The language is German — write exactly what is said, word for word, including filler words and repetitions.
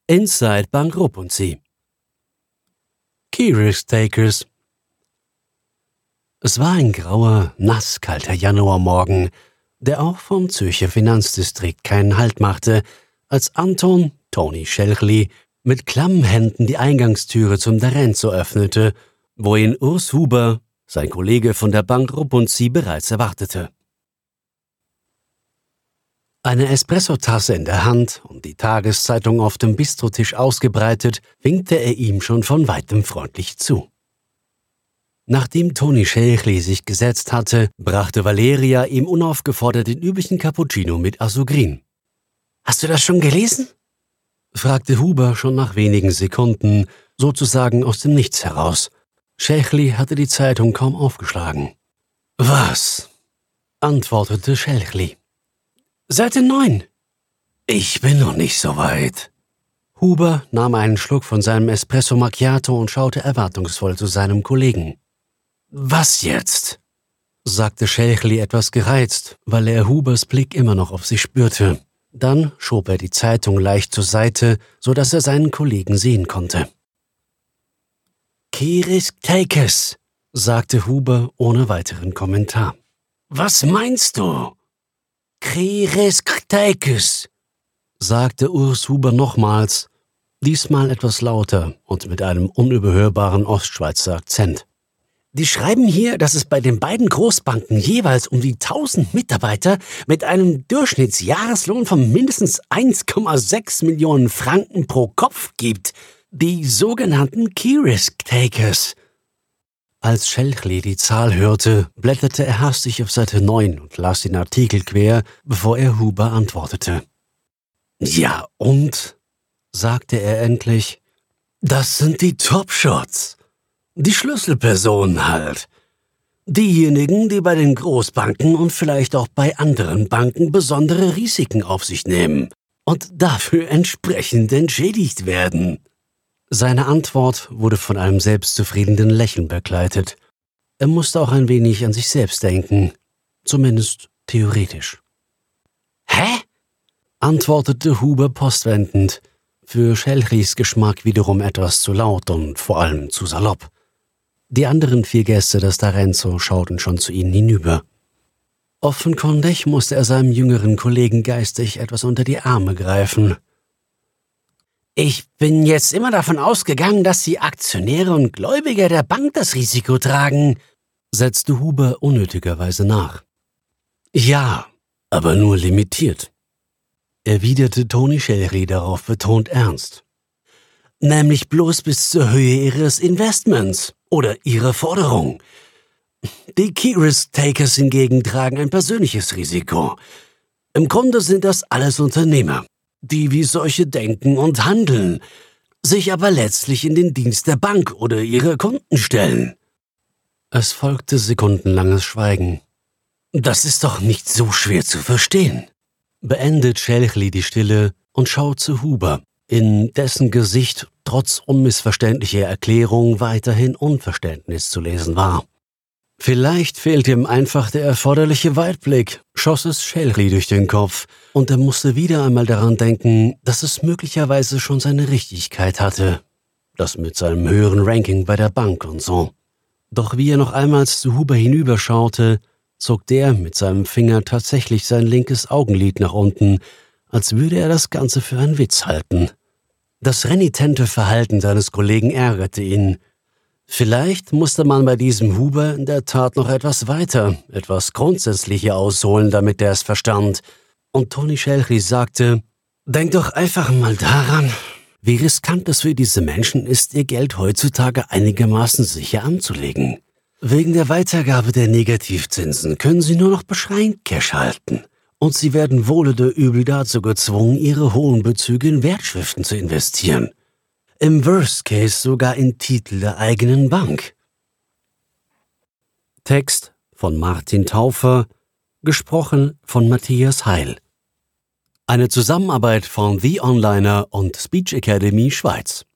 Inside Bank Rupp und Sie. Key Risk Takers. Es war ein grauer, nasskalter Januarmorgen, der auch vom Zürcher Finanzdistrikt keinen Halt machte, als Anton Toni Schelchli mit klammen Händen die Eingangstüre zum Darenzo öffnete, wo ihn Urs Huber, sein Kollege von der Bank Rupp und Sie, bereits erwartete. Eine Espressotasse in der Hand und die Tageszeitung auf dem Bistrotisch ausgebreitet, winkte er ihm schon von weitem freundlich zu. Nachdem Toni Schelchli sich gesetzt hatte, brachte Valeria ihm unaufgefordert den üblichen Cappuccino mit Asugrin. »Hast du das schon gelesen?« fragte Huber schon nach wenigen Sekunden, sozusagen aus dem Nichts heraus. Schelchli hatte die Zeitung kaum aufgeschlagen. »Was?« antwortete Schelchli. »Seite neun. Ich bin noch nicht so weit.« Huber nahm einen Schluck von seinem Espresso Macchiato und schaute erwartungsvoll zu seinem Kollegen. »Was jetzt?« sagte Schelchli etwas gereizt, weil er Hubers Blick immer noch auf sich spürte. Dann schob er die Zeitung leicht zur Seite, so dass er seinen Kollegen sehen konnte. »Key Risk Takers«, sagte Huber ohne weiteren Kommentar. »Was meinst du?« »Key Risk Takers«, sagte Urs Huber nochmals, diesmal etwas lauter und mit einem unüberhörbaren Ostschweizer Akzent. »Die schreiben hier, dass es bei den beiden Großbanken jeweils um die tausend Mitarbeiter mit einem Durchschnittsjahreslohn von mindestens eins Komma sechs Millionen Franken pro Kopf gibt, die sogenannten Key Risk Takers.« Als Schelchli die Zahl hörte, blätterte er hastig auf Seite neun und las den Artikel quer, bevor er Huber antwortete. »Ja und?«, sagte er endlich. »Das sind die Top-Shots. Die Schlüsselpersonen halt. Diejenigen, die bei den Großbanken und vielleicht auch bei anderen Banken besondere Risiken auf sich nehmen und dafür entsprechend entschädigt werden.« Seine Antwort wurde von einem selbstzufriedenen Lächeln begleitet. Er musste auch ein wenig an sich selbst denken, zumindest theoretisch. »Hä?« antwortete Huber postwendend, für Schelchlis Geschmack wiederum etwas zu laut und vor allem zu salopp. Die anderen vier Gäste des Darenzo schauten schon zu ihnen hinüber. Offenkundig musste er seinem jüngeren Kollegen geistig etwas unter die Arme greifen. »Ich bin jetzt immer davon ausgegangen, dass die Aktionäre und Gläubiger der Bank das Risiko tragen«, setzte Huber unnötigerweise nach. »Ja, aber nur limitiert«, erwiderte Toni Schelchli darauf betont ernst. »Nämlich bloß bis zur Höhe ihres Investments oder ihrer Forderung. Die Key Risk Takers hingegen tragen ein persönliches Risiko. Im Grunde sind das alles Unternehmer, die wie solche denken und handeln, sich aber letztlich in den Dienst der Bank oder ihrer Kunden stellen.« Es folgte sekundenlanges Schweigen. »Das ist doch nicht so schwer zu verstehen«, beendet Schelchli die Stille und schaut zu Huber, in dessen Gesicht trotz unmissverständlicher Erklärung weiterhin Unverständnis zu lesen war. Vielleicht fehlte ihm einfach der erforderliche Weitblick, schoss es Schelchli durch den Kopf, und er musste wieder einmal daran denken, dass es möglicherweise schon seine Richtigkeit hatte. Das mit seinem höheren Ranking bei der Bank und so. Doch wie er noch einmal zu Huber hinüberschaute, zog der mit seinem Finger tatsächlich sein linkes Augenlid nach unten, als würde er das Ganze für einen Witz halten. Das renitente Verhalten seines Kollegen ärgerte ihn. Vielleicht musste man bei diesem Huber in der Tat noch etwas weiter, etwas grundsätzlicher ausholen, damit er es verstand. Und Toni Schelchli sagte, »Denk doch einfach mal daran, wie riskant es für diese Menschen ist, ihr Geld heutzutage einigermaßen sicher anzulegen. Wegen der Weitergabe der Negativzinsen können sie nur noch beschränkt Cash halten. Und sie werden wohl oder übel dazu gezwungen, ihre hohen Bezüge in Wertschriften zu investieren. Im Worst Case sogar in Titel der eigenen Bank.« Text von Martin Taufer, gesprochen von Matthias Heil. Eine Zusammenarbeit von The Onliner und Speech Academy Schweiz.